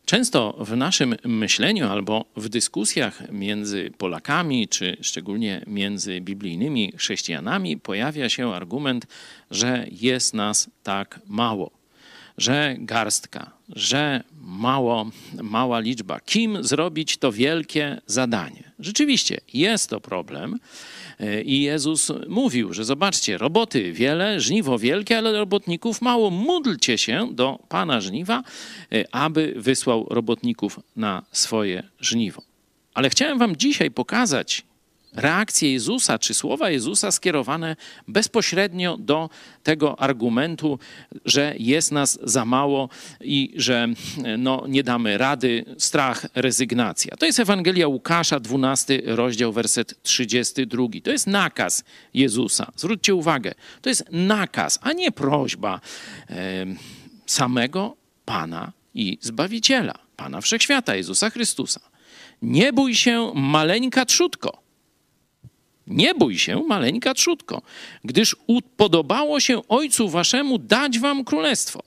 Często w naszym myśleniu albo w dyskusjach między Polakami, czy szczególnie między biblijnymi chrześcijanami pojawia się argument, że jest nas tak mało, że garstka, że mała liczba. Kim zrobić to wielkie zadanie? Rzeczywiście jest to problem i Jezus mówił, że zobaczcie, roboty wiele, żniwo wielkie, ale robotników mało. Módlcie się do Pana żniwa, aby wysłał robotników na swoje żniwo. Ale chciałem wam dzisiaj pokazać reakcję Jezusa, czy słowa Jezusa skierowane bezpośrednio do tego argumentu, że jest nas za mało i że nie damy rady, strach, rezygnacja. To jest Ewangelia Łukasza, 12 rozdział, werset 32. To jest nakaz Jezusa. Zwróćcie uwagę, to jest nakaz, a nie prośba samego Pana i Zbawiciela, Pana Wszechświata, Jezusa Chrystusa. Nie bój się, maleńka trzódko. Nie bój się, maleńka trzódko, gdyż podobało się Ojcu waszemu dać wam królestwo.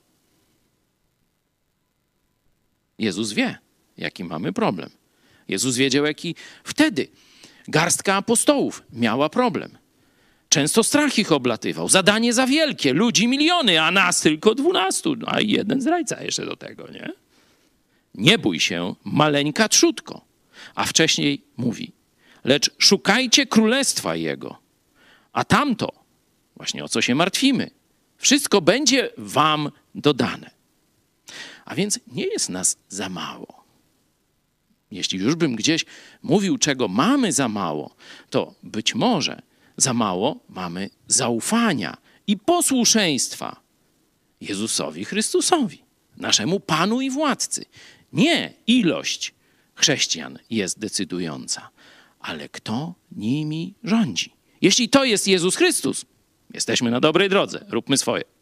Jezus wie, jaki mamy problem. Jezus wiedział, jaki wtedy garstka apostołów miała problem. Często strach ich oblatywał. Zadanie za wielkie, ludzi miliony, a nas tylko 12, a jeden zdrajca jeszcze do tego, nie? Nie bój się, maleńka trzódko. A wcześniej mówi, lecz szukajcie królestwa Jego, a tamto, właśnie o co się martwimy, wszystko będzie wam dodane. A więc nie jest nas za mało. Jeśli już bym gdzieś mówił, czego mamy za mało, to być może za mało mamy zaufania i posłuszeństwa Jezusowi Chrystusowi, naszemu Panu i Władcy. Nie ilość chrześcijan jest decydująca, ale kto nimi rządzi. Jeśli to jest Jezus Chrystus, jesteśmy na dobrej drodze, róbmy swoje.